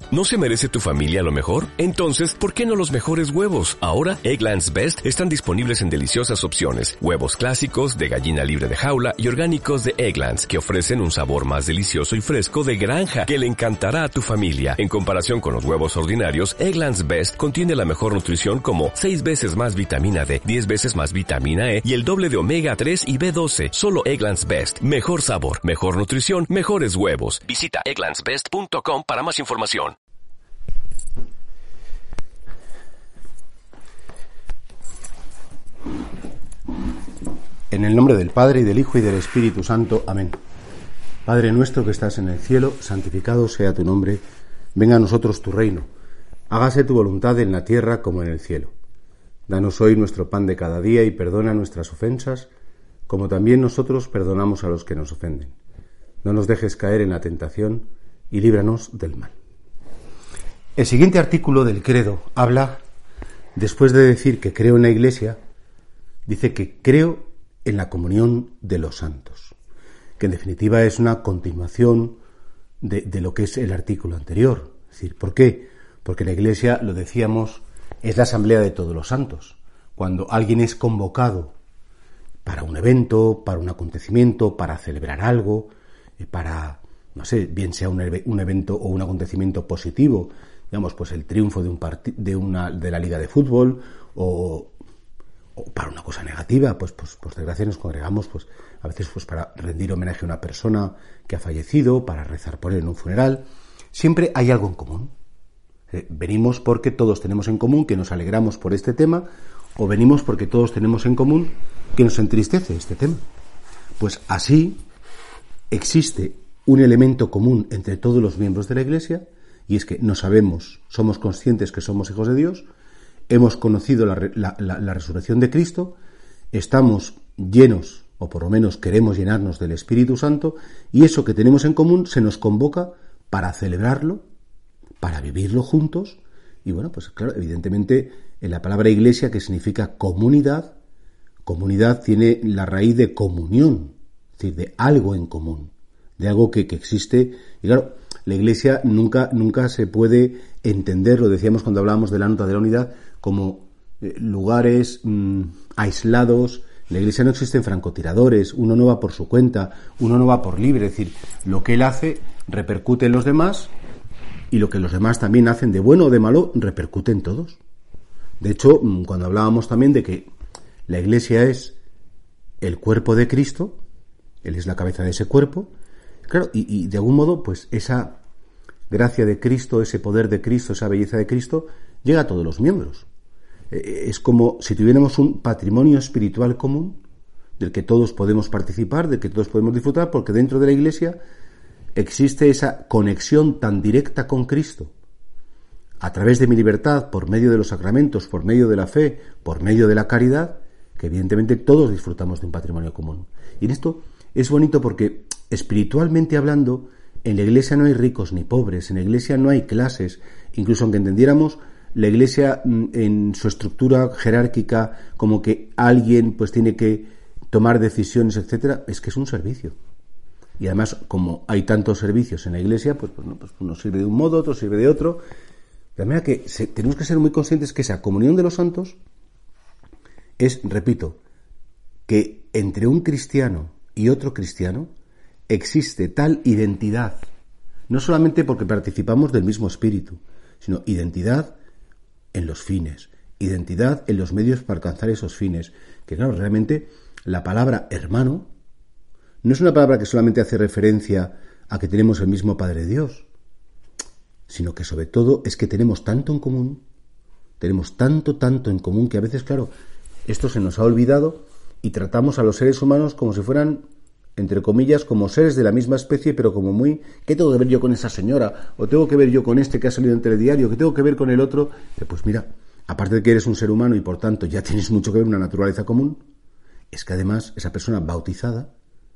¿No se merece tu familia lo mejor? Entonces, ¿por qué no los mejores huevos? Ahora, Eggland's Best están disponibles en deliciosas opciones. Huevos clásicos, de gallina libre de jaula y orgánicos de Eggland's, que ofrecen un sabor más delicioso y fresco de granja que le encantará a tu familia. En comparación con los huevos ordinarios, Eggland's Best contiene la mejor nutrición como 6 veces más vitamina D, 10 veces más vitamina E y el doble de omega 3 y B12. Solo Eggland's Best. Mejor sabor, mejor nutrición, mejores huevos. Visita egglandsbest.com para más información. En el nombre del Padre, y del Hijo, y del Espíritu Santo. Amén. Padre nuestro que estás en el cielo, santificado sea tu nombre. Venga a nosotros tu reino. Hágase tu voluntad en la tierra como en el cielo. Danos hoy nuestro pan de cada día y perdona nuestras ofensas, como también nosotros perdonamos a los que nos ofenden. No nos dejes caer en la tentación y líbranos del mal. El siguiente artículo del credo habla, después de decir que creo en la Iglesia, dice que creo en la comunión de los santos, que en definitiva es una continuación de lo que es el artículo anterior. Es decir, ¿por qué? Porque la Iglesia, lo decíamos, es la asamblea de todos los santos. Cuando alguien es convocado para un evento, para un acontecimiento, para celebrar algo, para, no sé, bien sea un evento o un acontecimiento positivo, digamos, pues el triunfo de la liga de fútbol, o para una cosa negativa, pues por desgracia nos congregamos, pues a veces pues para rendir homenaje a una persona que ha fallecido, para rezar por él en un funeral. Siempre hay algo en común. Venimos porque todos tenemos en común que nos alegramos por este tema, o venimos porque todos tenemos en común que nos entristece este tema. Pues así existe un elemento común entre todos los miembros de la Iglesia, y es que no sabemos, somos conscientes que somos hijos de Dios, hemos conocido la resurrección de Cristo, estamos llenos, o por lo menos queremos llenarnos del Espíritu Santo, y eso que tenemos en común se nos convoca para celebrarlo, para vivirlo juntos. Y bueno, pues claro, evidentemente en la palabra iglesia, que significa comunidad, comunidad tiene la raíz de comunión, es decir, de algo en común, de algo que existe. Y claro, la Iglesia nunca se puede entender, lo decíamos cuando hablábamos de la nota de la unidad, como lugares aislados. La Iglesia no existen francotiradores, uno no va por su cuenta, uno no va por libre, es decir, lo que él hace repercute en los demás, y lo que los demás también hacen de bueno o de malo repercute en todos. De hecho, cuando hablábamos también de que la Iglesia es el cuerpo de Cristo, Él es la cabeza de ese cuerpo, claro, y de algún modo, pues esa gracia de Cristo, ese poder de Cristo, esa belleza de Cristo, llega a todos los miembros. Es como si tuviéramos un patrimonio espiritual común, del que todos podemos participar, del que todos podemos disfrutar, porque dentro de la Iglesia existe esa conexión tan directa con Cristo, a través de mi libertad, por medio de los sacramentos, por medio de la fe, por medio de la caridad, que evidentemente todos disfrutamos de un patrimonio común. Y en esto es bonito porque, espiritualmente hablando, en la Iglesia no hay ricos ni pobres, en la Iglesia no hay clases, incluso aunque entendiéramos la Iglesia en su estructura jerárquica como que alguien pues tiene que tomar decisiones, etcétera, es que es un servicio. Y además, como hay tantos servicios en la Iglesia, pues uno sirve de un modo, otro sirve de otro. De manera que tenemos que ser muy conscientes que esa comunión de los santos es, repito, que entre un cristiano y otro cristiano existe tal identidad, no solamente porque participamos del mismo espíritu, sino identidad en los fines, identidad en los medios para alcanzar esos fines. Que claro, realmente la palabra hermano no es una palabra que solamente hace referencia a que tenemos el mismo Padre Dios, sino que sobre todo es que tenemos tanto en común, tenemos tanto en común, que a veces, claro, esto se nos ha olvidado y tratamos a los seres humanos como si fueran, entre comillas, como seres de la misma especie, pero como muy, ¿qué tengo que ver yo con esa señora? ¿O tengo que ver yo con este que ha salido en telediario? ¿Qué tengo que ver con el otro? Pues mira, aparte de que eres un ser humano y por tanto ya tienes mucho que ver, una naturaleza común, es que además esa persona bautizada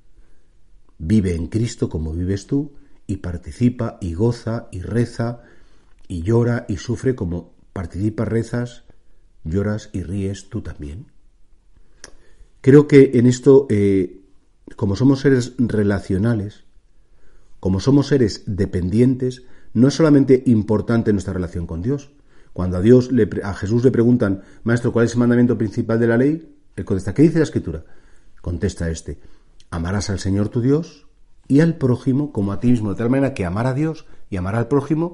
vive en Cristo como vives tú, y participa y goza y reza y llora y sufre como participas, rezas, lloras y ríes tú también. Creo que en esto, como somos seres relacionales, como somos seres dependientes, no es solamente importante en nuestra relación con Dios. Cuando a Jesús le preguntan, Maestro, ¿cuál es el mandamiento principal de la ley? Él contesta, ¿qué dice la Escritura? Contesta amarás al Señor tu Dios y al prójimo como a ti mismo, de tal manera que amar a Dios y amar al prójimo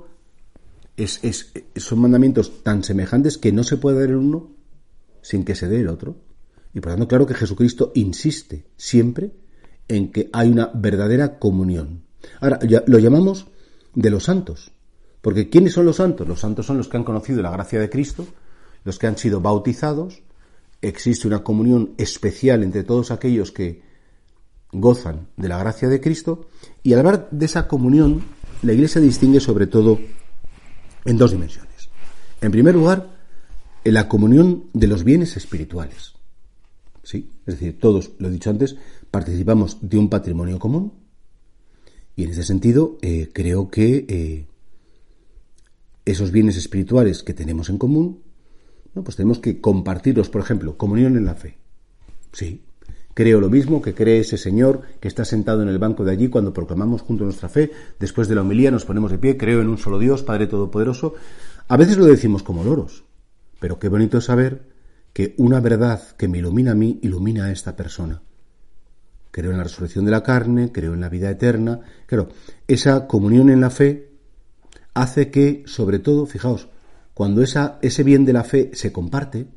son mandamientos tan semejantes que no se puede dar el uno sin que se dé el otro. Y por lo tanto, claro que Jesucristo insiste siempre en que hay una verdadera comunión. Ahora, lo llamamos de los santos, porque ¿quiénes son los santos? Los santos son los que han conocido la gracia de Cristo, los que han sido bautizados. Existe una comunión especial entre todos aquellos que gozan de la gracia de Cristo, y al hablar de esa comunión, la Iglesia distingue sobre todo en dos dimensiones. En primer lugar, en la comunión de los bienes espirituales. ¿Sí? Es decir, todos, lo he dicho antes, participamos de un patrimonio común, y en ese sentido creo que esos bienes espirituales que tenemos en común, pues tenemos que compartirlos. Por ejemplo, comunión en la fe. Sí, creo lo mismo que cree ese señor que está sentado en el banco de allí cuando proclamamos juntos nuestra fe. Después de la homilía nos ponemos de pie, creo en un solo Dios, Padre Todopoderoso. A veces lo decimos como loros, pero qué bonito es saber que una verdad que me ilumina a mí, ilumina a esta persona. Creo en la resurrección de la carne, creo en la vida eterna. Claro, esa comunión en la fe hace que, sobre todo, fijaos, cuando ese bien de la fe se comparte,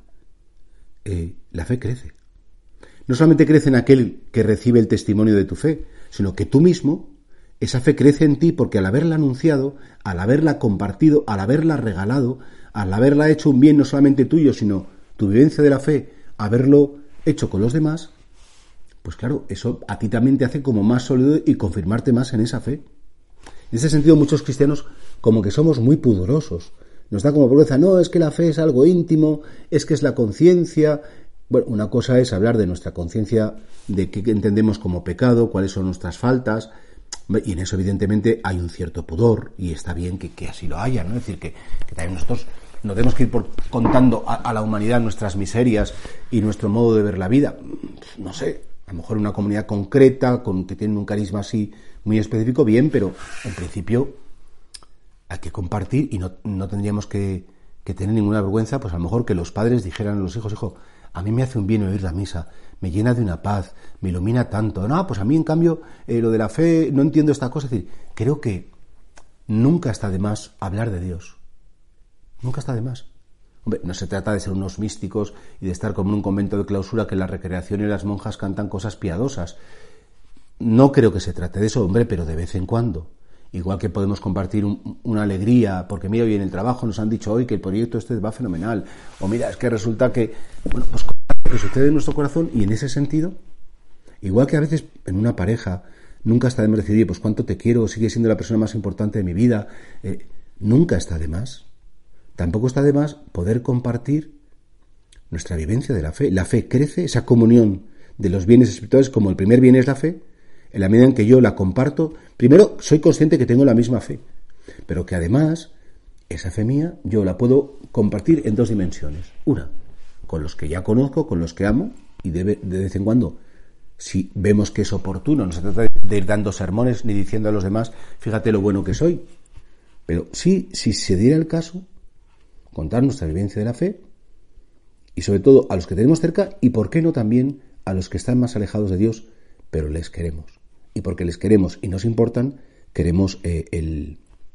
la fe crece. No solamente crece en aquel que recibe el testimonio de tu fe, sino que tú mismo, esa fe crece en ti porque al haberla anunciado, al haberla compartido, al haberla regalado, al haberla hecho un bien no solamente tuyo, sino tu vivencia de la fe, haberlo hecho con los demás, pues claro, eso a ti también te hace como más sólido y confirmarte más en esa fe. En ese sentido, muchos cristianos como que somos muy pudorosos. Nos da como vergüenza, no, es que la fe es algo íntimo, es que es la conciencia. Bueno, una cosa es hablar de nuestra conciencia, de qué entendemos como pecado, cuáles son nuestras faltas, y en eso evidentemente hay un cierto pudor, y está bien que así lo haya, ¿no? Es decir, que también nosotros no tenemos que ir contando a la humanidad nuestras miserias y nuestro modo de ver la vida. No sé, a lo mejor una comunidad concreta, que tiene un carisma así muy específico, bien, pero en principio hay que compartir y no tendríamos que tener ninguna vergüenza, pues a lo mejor que los padres dijeran a los hijos, hijo, a mí me hace un bien oír la misa, me llena de una paz, me ilumina tanto. No, pues a mí en cambio lo de la fe no entiendo esta cosa. Es decir, creo que nunca está de más hablar de Dios. Nunca está de más. Hombre, no se trata de ser unos místicos y de estar como en un convento de clausura que en la recreación y las monjas cantan cosas piadosas. No creo que se trate de eso, hombre, pero de vez en cuando. Igual que podemos compartir una alegría, porque mira, hoy en el trabajo nos han dicho hoy que el proyecto va fenomenal. O mira, es que resulta que, bueno, pues lo que sucede en nuestro corazón, y en ese sentido, igual que a veces en una pareja, nunca está de más decir, pues cuánto te quiero, sigue siendo la persona más importante de mi vida. Nunca está de más. Tampoco está de más poder compartir nuestra vivencia de la fe. La fe crece, esa comunión de los bienes espirituales, como el primer bien es la fe, en la medida en que yo la comparto, primero soy consciente que tengo la misma fe, pero que además esa fe mía yo la puedo compartir en dos dimensiones. Una, con los que ya conozco, con los que amo, y de vez en cuando, si vemos que es oportuno, no se trata de ir dando sermones ni diciendo a los demás, fíjate lo bueno que soy, pero sí, si se diera el caso, contar nuestra vivencia de la fe, y sobre todo a los que tenemos cerca, y por qué no también a los que están más alejados de Dios, pero les queremos. Y porque les queremos y nos importan, queremos que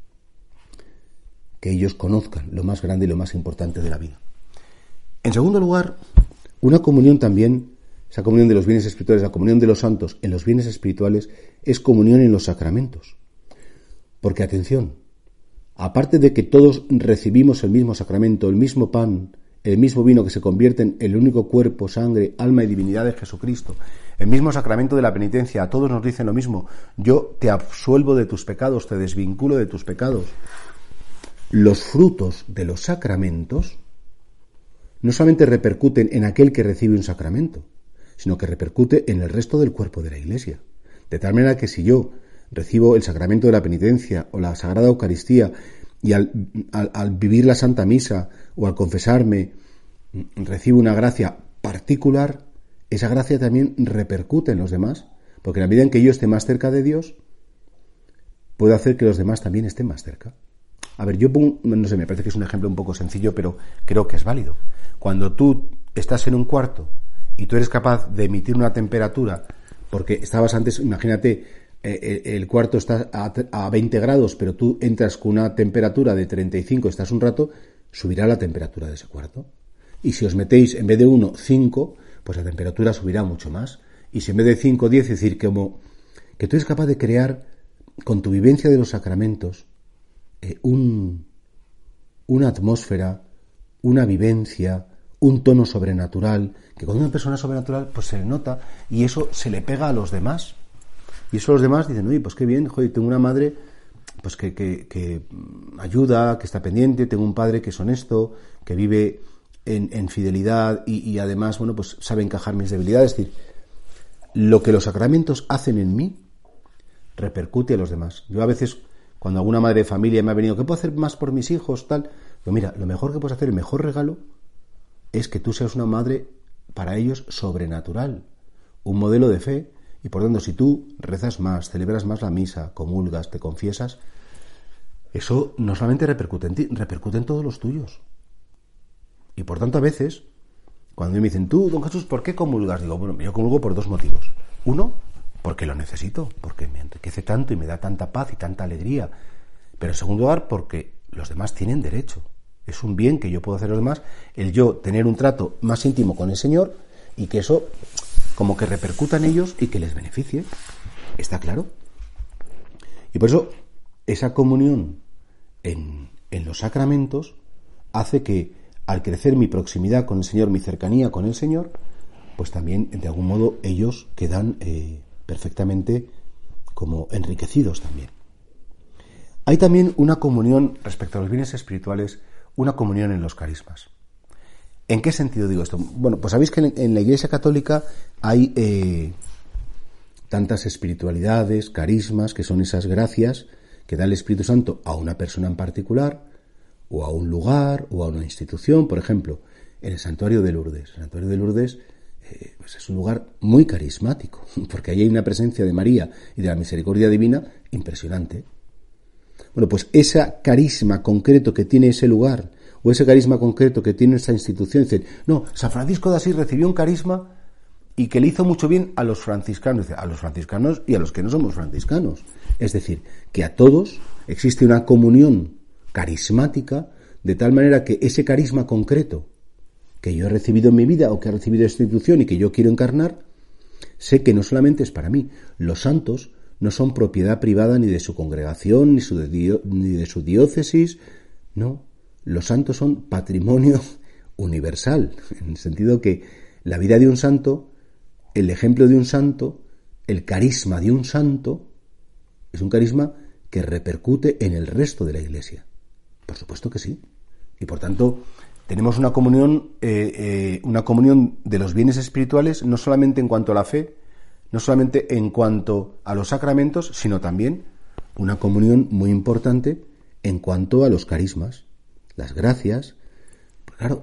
ellos conozcan lo más grande y lo más importante de la vida. En segundo lugar, una comunión también, esa comunión de los bienes espirituales, la comunión de los santos en los bienes espirituales, es comunión en los sacramentos. Porque, atención, aparte de que todos recibimos el mismo sacramento, el mismo pan, el mismo vino que se convierten en el único cuerpo, sangre, alma y divinidad de Jesucristo, el mismo sacramento de la penitencia, a todos nos dicen lo mismo, yo te absuelvo de tus pecados, te desvinculo de tus pecados. Los frutos de los sacramentos no solamente repercuten en aquel que recibe un sacramento, sino que repercute en el resto del cuerpo de la Iglesia. De tal manera que si yo recibo el sacramento de la penitencia o la Sagrada Eucaristía y al vivir la Santa Misa o al confesarme recibo una gracia particular, esa gracia también repercute en los demás, porque en la medida en que yo esté más cerca de Dios, puede hacer que los demás también estén más cerca. A ver, yo pongo, no sé, me parece que es un ejemplo un poco sencillo, pero creo que es válido. Cuando tú estás en un cuarto y tú eres capaz de emitir una temperatura, porque estabas antes, imagínate, el cuarto está a 20 grados, pero tú entras con una temperatura de 35, estás un rato, subirá la temperatura de ese cuarto. Y si os metéis, en vez de 1, 5, pues la temperatura subirá mucho más. Y si en vez de 5, 10, es decir, como que tú eres capaz de crear, con tu vivencia de los sacramentos, una atmósfera, una vivencia, un tono sobrenatural, que cuando una persona es sobrenatural, pues se le nota, y eso se le pega a los demás. Y eso los demás dicen, oye, pues qué bien, joder, tengo una madre pues que ayuda, que está pendiente, tengo un padre que es honesto, que vive en fidelidad y además, bueno, pues sabe encajar mis debilidades. Es decir, lo que los sacramentos hacen en mí repercute a los demás. Yo a veces, cuando alguna madre de familia me ha venido, ¿qué puedo hacer más por mis hijos? Tal, pues mira, lo mejor que puedes hacer, el mejor regalo, es que tú seas una madre para ellos sobrenatural, un modelo de fe, y por tanto, si tú rezas más, celebras más la misa, comulgas, te confiesas, eso no solamente repercute en ti, repercute en todos los tuyos. Y por tanto, a veces, cuando me dicen, tú, don Jesús, ¿por qué comulgas? Digo, bueno, yo comulgo por 2 motivos. Uno, porque lo necesito, porque me enriquece tanto y me da tanta paz y tanta alegría. Pero en segundo lugar, porque los demás tienen derecho. Es un bien que yo puedo hacer a los demás, el yo tener un trato más íntimo con el Señor y que eso como que repercuta en ellos y que les beneficie. ¿Está claro? Y por eso esa comunión en los sacramentos hace que al crecer mi proximidad con el Señor, mi cercanía con el Señor, pues también de algún modo ellos quedan perfectamente como enriquecidos también. Hay también una comunión respecto a los bienes espirituales, una comunión en los carismas. ¿En qué sentido digo esto? Bueno, pues sabéis que en la Iglesia Católica hay tantas espiritualidades, carismas, que son esas gracias que da el Espíritu Santo a una persona en particular, o a un lugar, o a una institución. Por ejemplo, en el Santuario de Lourdes. El Santuario de Lourdes pues es un lugar muy carismático, porque ahí hay una presencia de María y de la misericordia divina impresionante. Bueno, pues ese carisma concreto que tiene ese lugar, o ese carisma concreto que tiene esa institución, dicen, no, San Francisco de Asís recibió un carisma y que le hizo mucho bien a los franciscanos y a los que no somos franciscanos. Es decir, que a todos existe una comunión carismática, de tal manera que ese carisma concreto que yo he recibido en mi vida o que ha recibido esta institución y que yo quiero encarnar, sé que no solamente es para mí. Los santos no son propiedad privada ni de su congregación, ni de su diócesis, no. Los santos son patrimonio universal, en el sentido que la vida de un santo, el ejemplo de un santo, el carisma de un santo, es un carisma que repercute en el resto de la Iglesia. Por supuesto que sí. Y por tanto, tenemos una comunión de los bienes espirituales, no solamente en cuanto a la fe, no solamente en cuanto a los sacramentos, sino también una comunión muy importante en cuanto a los carismas, las gracias. Pues claro,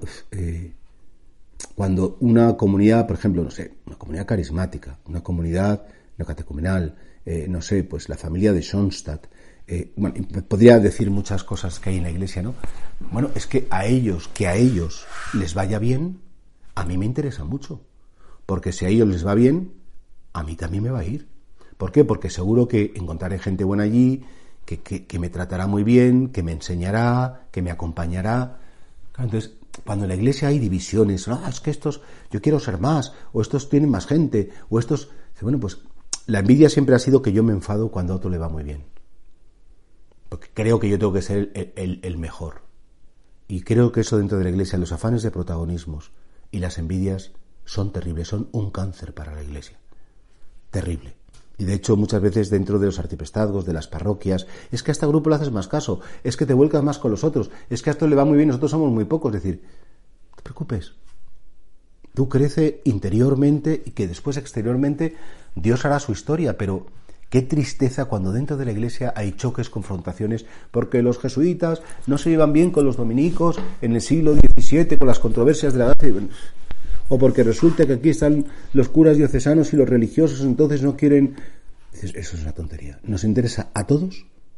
cuando una comunidad, por ejemplo, no sé, una comunidad carismática, una comunidad neocatecumenal, no sé, pues la familia de Schoenstatt, bueno, podría decir muchas cosas que hay en la Iglesia, ¿no? Bueno, es que a ellos les vaya bien, a mí me interesa mucho, porque si a ellos les va bien, a mí también me va a ir. ¿Por qué? Porque seguro que encontraré gente buena allí, que me tratará muy bien, que me enseñará, que me acompañará. Claro, entonces, cuando en la Iglesia hay divisiones, no, es que estos, yo quiero ser más, o estos tienen más gente, o estos... Bueno, pues la envidia siempre ha sido que yo me enfado cuando a otro le va muy bien. Porque creo que yo tengo que ser el mejor. Y creo que eso dentro de la Iglesia, los afanes de protagonismos y las envidias son terribles, son un cáncer para la Iglesia. Terrible. Y de hecho muchas veces dentro de los arciprestazgos, de las parroquias, es que a este grupo le haces más caso, es que te vuelcas más con los otros, es que a esto le va muy bien, nosotros somos muy pocos. Es decir, no te preocupes. Tú crece interiormente y que después exteriormente Dios hará su historia, pero qué tristeza cuando dentro de la Iglesia hay choques, confrontaciones, porque los jesuitas no se llevan bien con los dominicos en el siglo XVII, con las controversias de la gracia, o porque resulta que aquí están los curas diocesanos y los religiosos, entonces no quieren... Eso es una tontería. Nos interesa a todos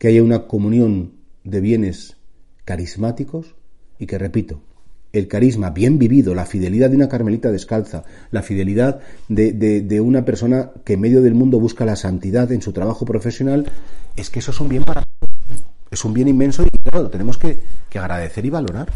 que haya una comunión de bienes carismáticos y que, repito, el carisma bien vivido, la fidelidad de una carmelita descalza, la fidelidad de una persona que en medio del mundo busca la santidad en su trabajo profesional, es que eso es un bien para todos. Es un bien inmenso y claro, lo tenemos que agradecer y valorar.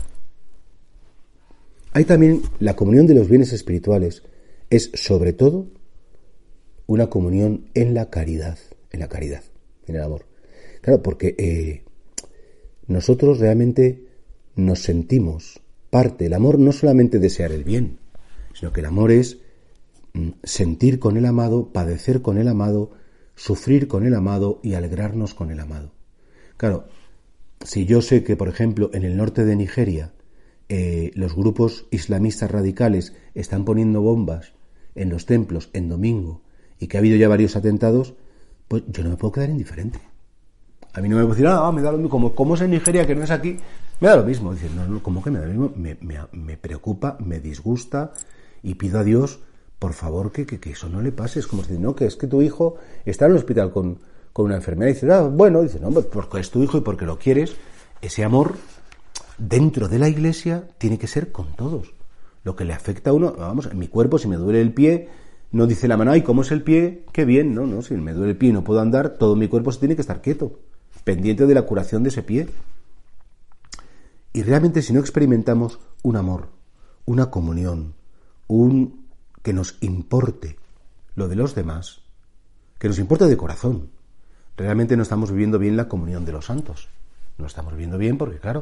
Hay también la comunión de los bienes espirituales. Es sobre todo una comunión en la caridad, en el amor. Claro, porque nosotros realmente nos sentimos parte. El amor no solamente desear el bien, sino que el amor es sentir con el amado, padecer con el amado, sufrir con el amado y alegrarnos con el amado. Claro, si yo sé que, por ejemplo, en el norte de Nigeria los grupos islamistas radicales están poniendo bombas en los templos en domingo y que ha habido ya varios atentados, pues yo no me puedo quedar indiferente. A mí no me puedo decir, me da lo mismo, como es en Nigeria, que no es aquí, me da lo mismo. Decir, no, ¿cómo que me da lo mismo? Me preocupa, me disgusta y pido a Dios, por favor, que eso no le pase. Es como decir, no, que es que tu hijo está en el hospital con una enfermedad y dices, bueno, dice, no, porque es tu hijo y porque lo quieres. Ese amor dentro de la Iglesia tiene que ser con todos. Lo que le afecta a uno, vamos, en mi cuerpo, si me duele el pie, no dice la mano, ay, ¿cómo es el pie? Qué bien, no, si me duele el pie y no puedo andar, todo mi cuerpo se tiene que estar quieto, pendiente de la curación de ese pie. Y realmente si no experimentamos un amor, una comunión, que nos importe lo de los demás, que nos importe de corazón, realmente no estamos viviendo bien la comunión de los santos. No estamos viviendo bien porque, claro,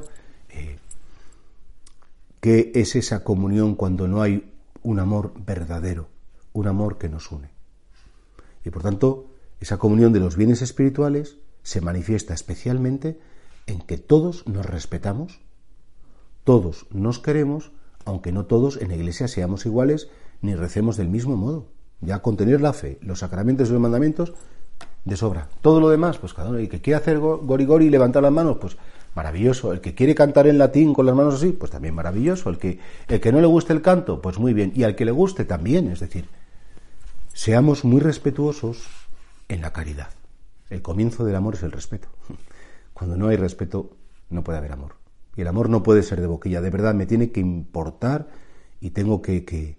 ¿qué es esa comunión cuando no hay un amor verdadero, un amor que nos une? Y por tanto, esa comunión de los bienes espirituales se manifiesta especialmente en que todos nos respetamos, todos nos queremos, aunque no todos en la Iglesia seamos iguales ni recemos del mismo modo. Ya con tener la fe, los sacramentos y los mandamientos, de sobra. Todo lo demás, pues cada uno. El que quiere hacer gori-gori y levantar las manos, pues maravilloso. El que quiere cantar en latín con las manos así, pues también maravilloso. El que no le guste el canto, pues muy bien. Y al que le guste también. Es decir, seamos muy respetuosos en la caridad. El comienzo del amor es el respeto. Cuando no hay respeto, no puede haber amor. Y el amor no puede ser de boquilla. De verdad, me tiene que importar y tengo que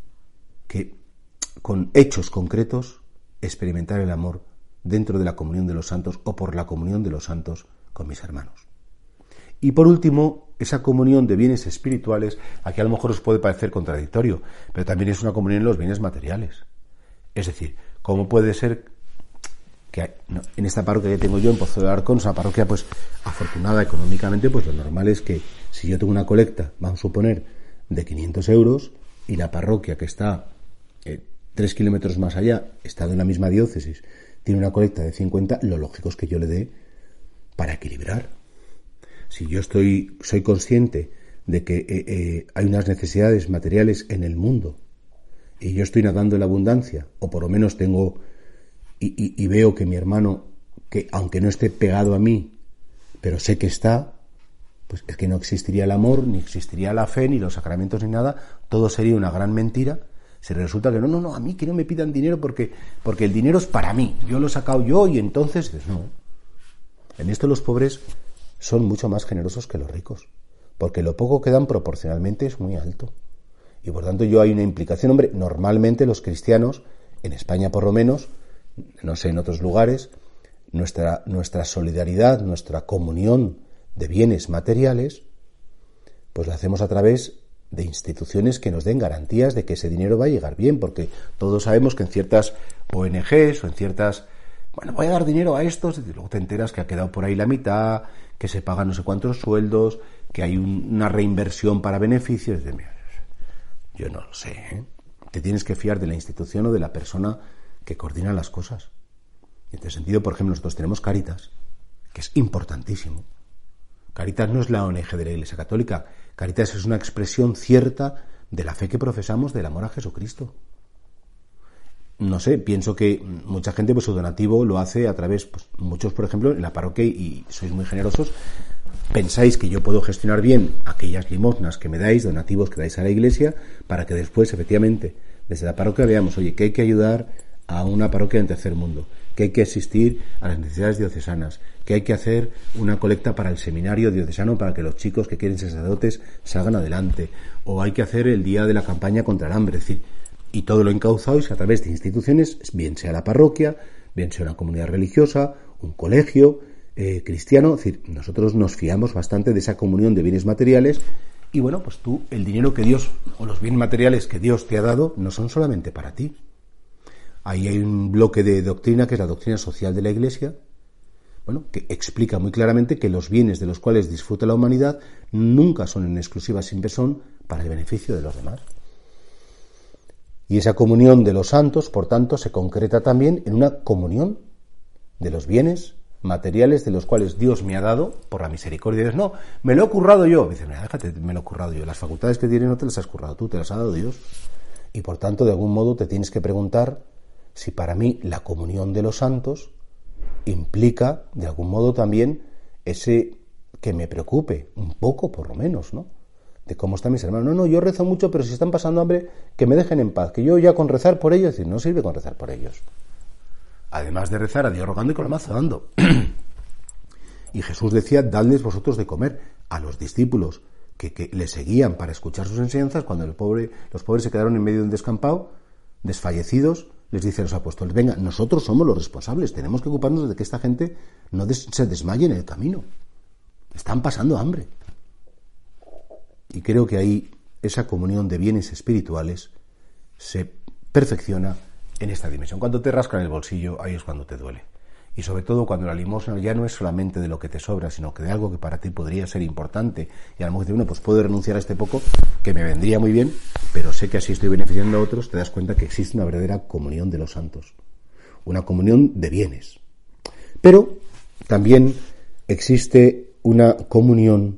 con hechos concretos experimentar el amor dentro de la comunión de los santos o por la comunión de los santos con mis hermanos. Y por último, esa comunión de bienes espirituales, aquí a lo mejor os puede parecer contradictorio, pero también es una comunión en los bienes materiales. Es decir, ¿cómo puede ser que en esta parroquia que tengo yo, en Pozo de Alarcón, es una parroquia pues afortunada económicamente, pues lo normal es que si yo tengo una colecta, vamos a suponer, de 500 euros, y la parroquia que está 3 kilómetros más allá, estando en la misma diócesis, tiene una colecta de 50, lo lógico es que yo le dé para equilibrar. Si yo soy consciente de que hay unas necesidades materiales en el mundo y yo estoy nadando en la abundancia, o por lo menos tengo y veo que mi hermano, que aunque no esté pegado a mí, pero sé que está, pues es que no existiría el amor, ni existiría la fe, ni los sacramentos, ni nada, todo sería una gran mentira. Si resulta que no, a mí que no me pidan dinero porque el dinero es para mí, yo lo he sacado yo y entonces, no. En esto los pobres son mucho más generosos que los ricos, porque lo poco que dan proporcionalmente es muy alto. Y por tanto hay una implicación, hombre, normalmente los cristianos, en España por lo menos, no sé, en otros lugares, nuestra solidaridad, nuestra comunión de bienes materiales, pues la hacemos a través de instituciones que nos den garantías de que ese dinero va a llegar bien, porque todos sabemos que en ciertas ONGs o en ciertas, voy a dar dinero a estos, y luego te enteras que ha quedado por ahí la mitad, que se pagan no sé cuántos sueldos, que hay una reinversión para beneficios. Yo no lo sé, ¿eh? Te tienes que fiar de la institución o de la persona que coordina las cosas. Y en este sentido, por ejemplo, nosotros tenemos Cáritas, que es importantísimo. Cáritas no es la ONG de la Iglesia Católica. Cáritas es una expresión cierta de la fe que profesamos, del amor a Jesucristo. No sé, pienso que mucha gente pues su donativo lo hace a través, pues muchos por ejemplo en la parroquia y sois muy generosos, pensáis que yo puedo gestionar bien aquellas limosnas que me dais, donativos que dais a la Iglesia, para que después efectivamente desde la parroquia veamos, oye, que hay que ayudar a una parroquia en tercer mundo, que hay que asistir a las necesidades diocesanas, que hay que hacer una colecta para el seminario diocesano para que los chicos que quieren ser sacerdotes salgan adelante, o hay que hacer el día de la campaña contra el hambre, es decir, y todo lo encauzado es a través de instituciones, bien sea la parroquia, bien sea una comunidad religiosa, un colegio cristiano, es decir, nosotros nos fiamos bastante de esa comunión de bienes materiales. Y bueno, pues tú, el dinero que Dios, o los bienes materiales que Dios te ha dado, no son solamente para ti. Ahí hay un bloque de doctrina, que es la doctrina social de la Iglesia, bueno, que explica muy claramente que los bienes de los cuales disfruta la humanidad nunca son en exclusiva siempre son para el beneficio de los demás. Y esa comunión de los santos, por tanto, se concreta también en una comunión de los bienes materiales de los cuales Dios me ha dado por la misericordia de Dios. No, me lo he currado yo. Dice, mira, déjate, me lo he currado yo. Las facultades que tienes no te las has currado tú, te las ha dado Dios. Y por tanto, de algún modo te tienes que preguntar si para mí la comunión de los santos implica, de algún modo también, ese que me preocupe, un poco por lo menos, ¿no? De cómo están mis hermanos. No, yo rezo mucho, pero si están pasando hambre, que me dejen en paz, que yo ya con rezar por ellos, es decir, no sirve con rezar por ellos. Además de rezar a Dios rogando y con la mazo dando. Y Jesús decía, dadles vosotros de comer a los discípulos que le seguían para escuchar sus enseñanzas. Cuando los pobres se quedaron en medio de un descampado, desfallecidos, les dice a los apóstoles, venga, nosotros somos los responsables, tenemos que ocuparnos de que esta gente no se desmaye en el camino. Están pasando hambre. Y creo que ahí esa comunión de bienes espirituales se perfecciona en esta dimensión. Cuando te rascan el bolsillo, ahí es cuando te duele. Y sobre todo cuando la limosna ya no es solamente de lo que te sobra, sino que de algo que para ti podría ser importante. Y a lo mejor dices, bueno, pues puedo renunciar a este poco, que me vendría muy bien, pero sé que así estoy beneficiando a otros. Te das cuenta que existe una verdadera comunión de los santos. Una comunión de bienes. Pero también existe una comunión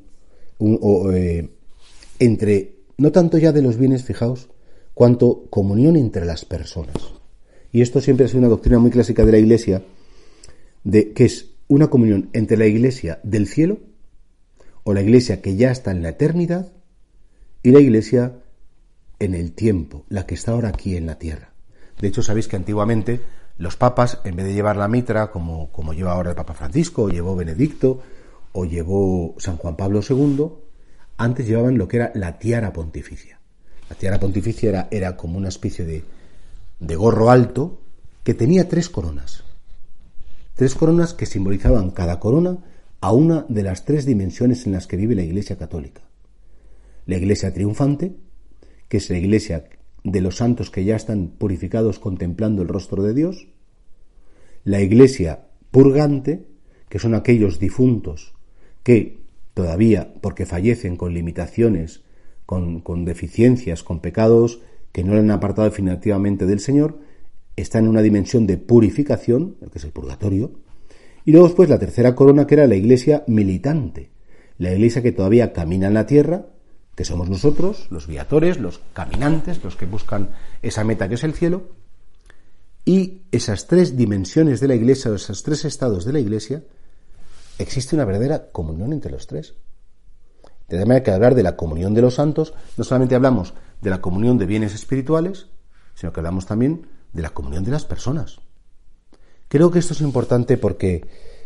entre, no tanto ya de los bienes, fijaos, cuanto comunión entre las personas. Y esto siempre ha sido una doctrina muy clásica de la Iglesia, de que es una comunión entre la Iglesia del cielo, o la Iglesia que ya está en la eternidad, y la Iglesia en el tiempo, la que está ahora aquí en la tierra. De hecho, sabéis que antiguamente los papas, en vez de llevar la mitra, como lleva ahora el Papa Francisco, o llevó Benedicto, o llevó San Juan Pablo II, antes llevaban lo que era la tiara pontificia. La tiara pontificia era como una especie de gorro alto que tenía 3 coronas. 3 coronas que simbolizaban cada corona a una de las 3 dimensiones en las que vive la Iglesia católica. La Iglesia triunfante, que es la Iglesia de los santos que ya están purificados contemplando el rostro de Dios. La Iglesia purgante, que son aquellos difuntos que todavía, porque fallecen con limitaciones, con deficiencias, con pecados que no le han apartado definitivamente del Señor, está en una dimensión de purificación, que es el purgatorio. Y luego después la tercera corona, que era la Iglesia militante, la Iglesia que todavía camina en la tierra, que somos nosotros, los viatores, los caminantes, los que buscan esa meta que es el cielo. Y esas 3 dimensiones de la Iglesia, o esos 3 estados de la Iglesia, existe una verdadera comunión entre los 3. De tal manera que al hablar de la comunión de los santos, no solamente hablamos de la comunión de bienes espirituales, sino que hablamos también de la comunión de las personas. Creo que esto es importante porque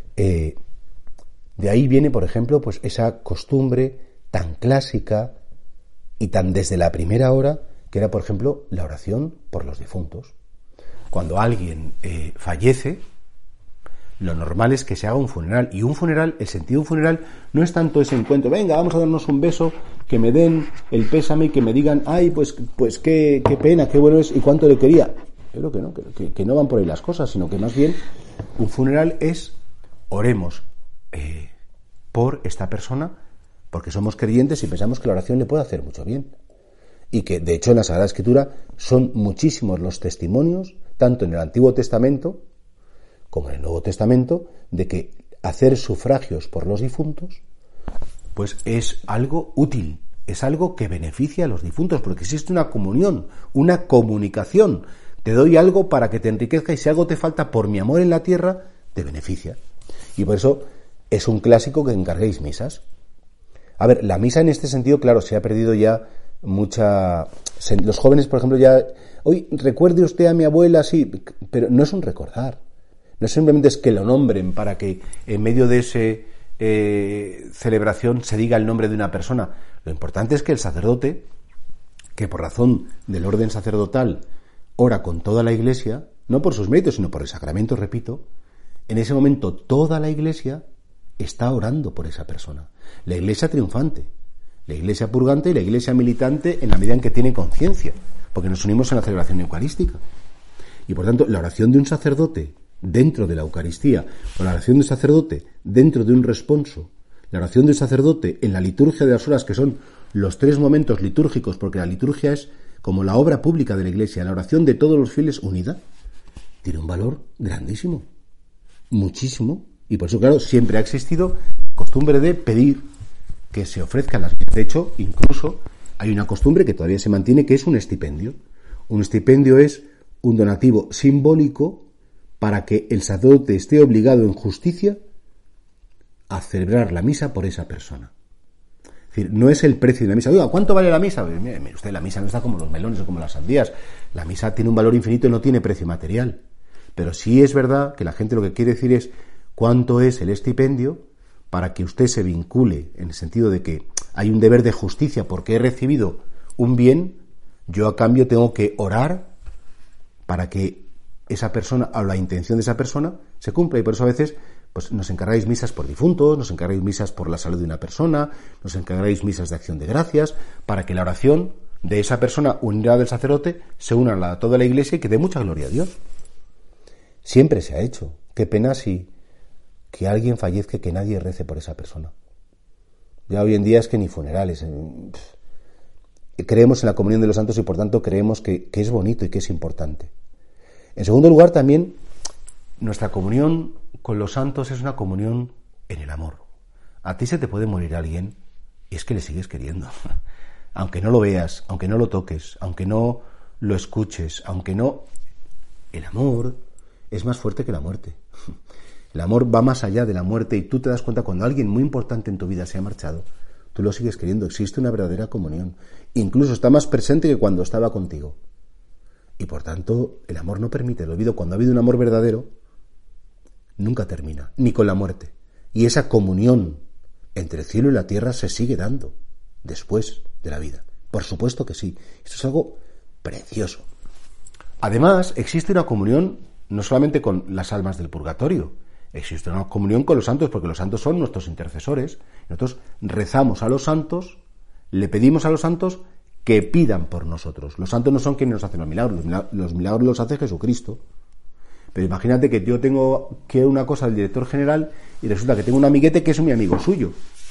de ahí viene, por ejemplo, pues esa costumbre tan clásica y tan desde la primera hora, que era, por ejemplo, la oración por los difuntos. Cuando alguien fallece, lo normal es que se haga un funeral. Y un funeral, el sentido de un funeral no es tanto ese encuentro, venga, vamos a darnos un beso, que me den el pésame y que me digan, ay, pues qué pena, qué bueno es y cuánto le quería. Yo creo que no, que no van por ahí las cosas, sino que más bien un funeral es, oremos por esta persona, porque somos creyentes y pensamos que la oración le puede hacer mucho bien. Y que, de hecho, en la Sagrada Escritura son muchísimos los testimonios, tanto en el Antiguo Testamento como en el Nuevo Testamento, de que hacer sufragios por los difuntos pues es algo útil, es algo que beneficia a los difuntos, porque existe una comunión, una comunicación. Te doy algo para que te enriquezca y si algo te falta por mi amor en la tierra, te beneficia. Y por eso es un clásico que encarguéis misas. A ver, la misa en este sentido, claro, se ha perdido ya mucha... Los jóvenes, por ejemplo, ya... Hoy recuerde usted a mi abuela, sí, pero no es un recordar. No simplemente es que lo nombren para que en medio de esa celebración se diga el nombre de una persona. Lo importante es que el sacerdote, que por razón del orden sacerdotal ora con toda la Iglesia, no por sus méritos, sino por el sacramento, repito, en ese momento toda la Iglesia está orando por esa persona. La Iglesia triunfante, la Iglesia purgante y la Iglesia militante en la medida en que tiene conciencia, porque nos unimos en la celebración eucarística. Y por tanto, la oración de un sacerdote dentro de la Eucaristía, o la oración de un sacerdote dentro de un responso, la oración del sacerdote en la liturgia de las horas, que son los 3 momentos litúrgicos, porque la liturgia es como la obra pública de la Iglesia, la oración de todos los fieles unida, tiene un valor grandísimo, muchísimo, y por eso, claro, siempre ha existido costumbre de pedir que se ofrezcan las misas. De hecho, incluso hay una costumbre que todavía se mantiene, que es un estipendio. Un estipendio es un donativo simbólico para que el sacerdote esté obligado en justicia a celebrar la misa por esa persona. Es decir, no es el precio de la misa. Oiga, ¿cuánto vale la misa? Pues, mire usted, la misa no está como los melones o como las sandías. La misa tiene un valor infinito y no tiene precio material. Pero sí es verdad que la gente lo que quiere decir es cuánto es el estipendio para que usted se vincule, en el sentido de que hay un deber de justicia porque he recibido un bien, yo a cambio tengo que orar para que esa persona, o la intención de esa persona, se cumpla. Y por eso a veces pues nos encargáis misas por difuntos, nos encargáis misas por la salud de una persona, nos encargáis misas de acción de gracias, para que la oración de esa persona unida del sacerdote se una a la de toda la Iglesia y que dé mucha gloria a Dios. Siempre se ha hecho. Qué pena si que alguien fallezca, que nadie rece por esa persona. Ya hoy en día es que ni funerales. Creemos en la comunión de los santos y por tanto creemos que es bonito y que es importante. En segundo lugar, también nuestra comunión con los santos es una comunión en el amor. A ti se te puede morir alguien y es que le sigues queriendo. Aunque no lo veas, aunque no lo toques, aunque no lo escuches, aunque no... El amor es más fuerte que la muerte. El amor va más allá de la muerte y tú te das cuenta cuando alguien muy importante en tu vida se ha marchado, tú lo sigues queriendo. Existe una verdadera comunión. Incluso está más presente que cuando estaba contigo. Y por tanto, el amor no permite el olvido. Cuando ha habido un amor verdadero, nunca termina, ni con la muerte. Y esa comunión entre el cielo y la tierra se sigue dando después de la vida. Por supuesto que sí. Esto es algo precioso. Además, existe una comunión no solamente con las almas del purgatorio, existe una comunión con los santos, porque los santos son nuestros intercesores. Nosotros rezamos a los santos, le pedimos a los santos que pidan por nosotros. Los santos no son quienes nos hacen los milagros, los milagros los hace Jesucristo. Pero imagínate que yo quiero una cosa del director general y resulta que tengo un amiguete que es mi amigo suyo.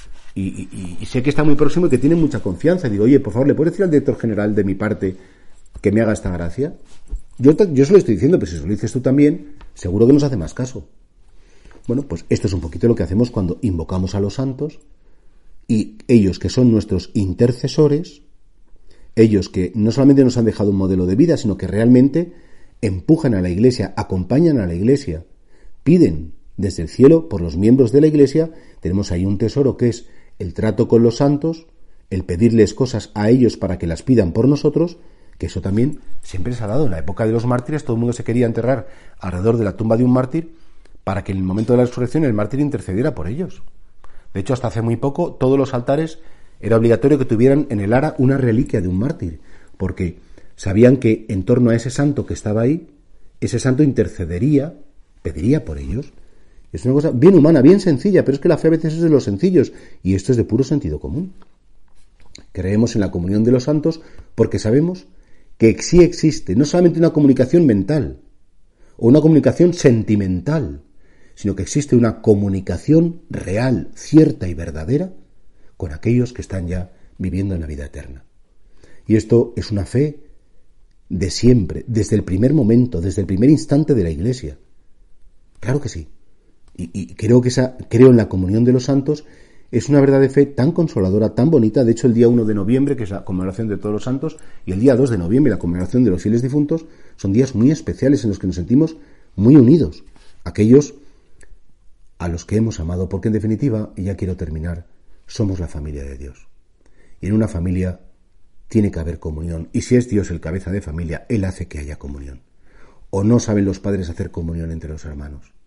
Y sé que está muy próximo y que tiene mucha confianza. Y digo, oye, por favor, ¿le puedes decir al director general de mi parte que me haga esta gracia? Yo se lo estoy diciendo, pero si se lo dices tú también, seguro que nos hace más caso. Bueno, pues esto es un poquito lo que hacemos cuando invocamos a los santos, y ellos que son nuestros intercesores, ellos que no solamente nos han dejado un modelo de vida, sino que realmente empujan a la Iglesia, acompañan a la Iglesia, piden desde el cielo por los miembros de la Iglesia. Tenemos ahí un tesoro que es el trato con los santos, el pedirles cosas a ellos para que las pidan por nosotros, que eso también siempre se ha dado. En la época de los mártires todo el mundo se quería enterrar alrededor de la tumba de un mártir para que en el momento de la resurrección el mártir intercediera por ellos. De hecho, hasta hace muy poco todos los altares era obligatorio que tuvieran en el ara una reliquia de un mártir, porque sabían que en torno a ese santo que estaba ahí, ese santo intercedería, pediría por ellos. Es una cosa bien humana, bien sencilla, pero es que la fe a veces es de los sencillos, y esto es de puro sentido común. Creemos en la comunión de los santos porque sabemos que sí existe no solamente una comunicación mental o una comunicación sentimental, sino que existe una comunicación real, cierta y verdadera con aquellos que están ya viviendo en la vida eterna. Y esto es una fe de siempre, desde el primer momento, desde el primer instante de la Iglesia. Claro que sí. Y creo en la comunión de los santos. Es una verdad de fe tan consoladora, tan bonita. De hecho, el día 1 de noviembre, que es la conmemoración de todos los santos, y el día 2 de noviembre, la conmemoración de los fieles difuntos, son días muy especiales en los que nos sentimos muy unidos. Aquellos a los que hemos amado, porque en definitiva, y ya quiero terminar, somos la familia de Dios. Y en una familia tiene que haber comunión. Y si es Dios el cabeza de familia, Él hace que haya comunión. ¿O no saben los padres hacer comunión entre los hermanos?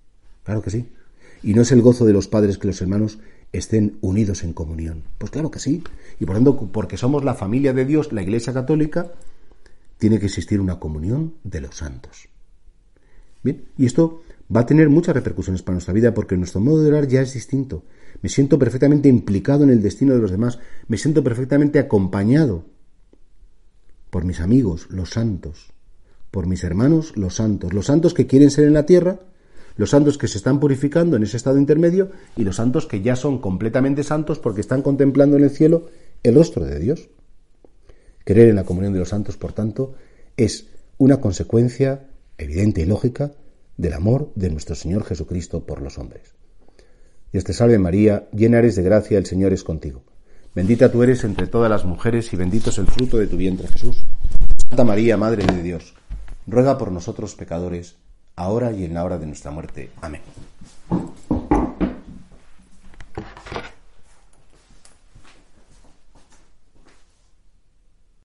Claro que sí. ¿Y no es el gozo de los padres que los hermanos estén unidos en comunión? Pues claro que sí. Y por tanto, porque somos la familia de Dios, la Iglesia Católica, tiene que existir una comunión de los santos. Bien, y esto va a tener muchas repercusiones para nuestra vida, porque nuestro modo de orar ya es distinto. Me siento perfectamente implicado en el destino de los demás, me siento perfectamente acompañado por mis amigos, los santos, por mis hermanos, los santos que quieren ser en la tierra, los santos que se están purificando en ese estado intermedio y los santos que ya son completamente santos porque están contemplando en el cielo el rostro de Dios. Creer en la comunión de los santos, por tanto, es una consecuencia evidente y lógica del amor de nuestro Señor Jesucristo por los hombres. Dios te salve María, llena eres de gracia, el Señor es contigo. Bendita tú eres entre todas las mujeres y bendito es el fruto de tu vientre, Jesús. Santa María, Madre de Dios, ruega por nosotros pecadores, ahora y en la hora de nuestra muerte. Amén.